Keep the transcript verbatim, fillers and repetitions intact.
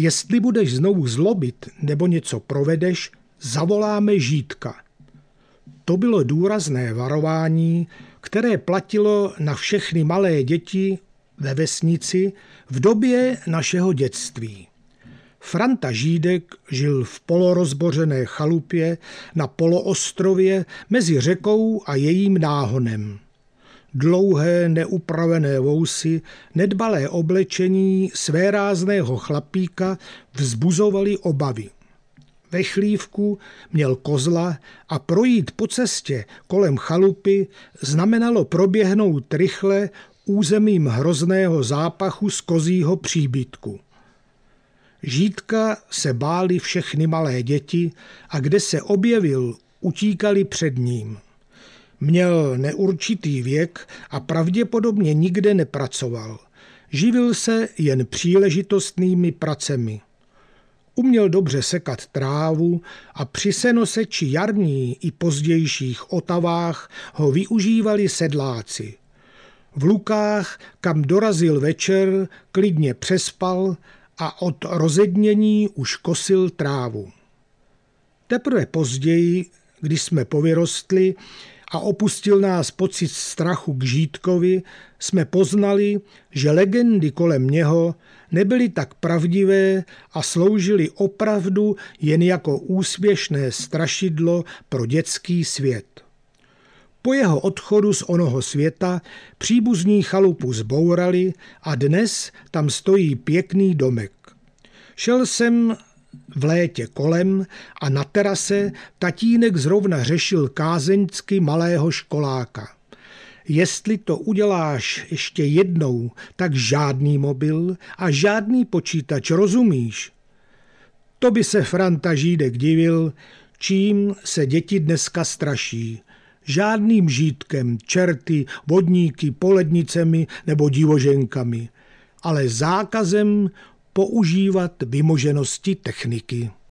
Jestli budeš znovu zlobit nebo něco provedeš, zavoláme Žídka. To bylo důrazné varování, které platilo na všechny malé děti ve vesnici v době našeho dětství. Franta Žídek žil v polorozbořené chalupě na poloostrově mezi řekou a jejím náhonem. Dlouhé neupravené vousy, nedbalé oblečení svérázného chlapíka vzbuzovaly obavy. Ve chlívku měl kozla a projít po cestě kolem chalupy znamenalo proběhnout rychle územím hrozného zápachu z kozího příbytku. Žídka se báli všechny malé děti a kde se objevil, utíkali před ním. Měl neurčitý věk a pravděpodobně nikde nepracoval. Živil se jen příležitostnými pracemi. Uměl dobře sekat trávu a při senoseči jarní i pozdějších otavách ho využívali sedláci. V lukách, kam dorazil večer, klidně přespal a od rozednění už kosil trávu. Teprve později, když jsme povyrostli a opustil nás pocit strachu k Žídkovi, jsme poznali, že legendy kolem něho nebyly tak pravdivé a sloužily opravdu jen jako úspěšné strašidlo pro dětský svět. Po jeho odchodu z onoho světa příbuzní chalupu zbourali a dnes tam stojí pěkný domek. Šel jsem v létě kolem a na terase tatínek zrovna řešil kázeňsky malého školáka. Jestli to uděláš ještě jednou, tak žádný mobil a žádný počítač, rozumíš? To by se Franta Žídek divil, čím se děti dneska straší. Žádným Žídkem, čerty, vodníky, polednicemi nebo divoženkami, ale zákazem používat vymoženosti techniky.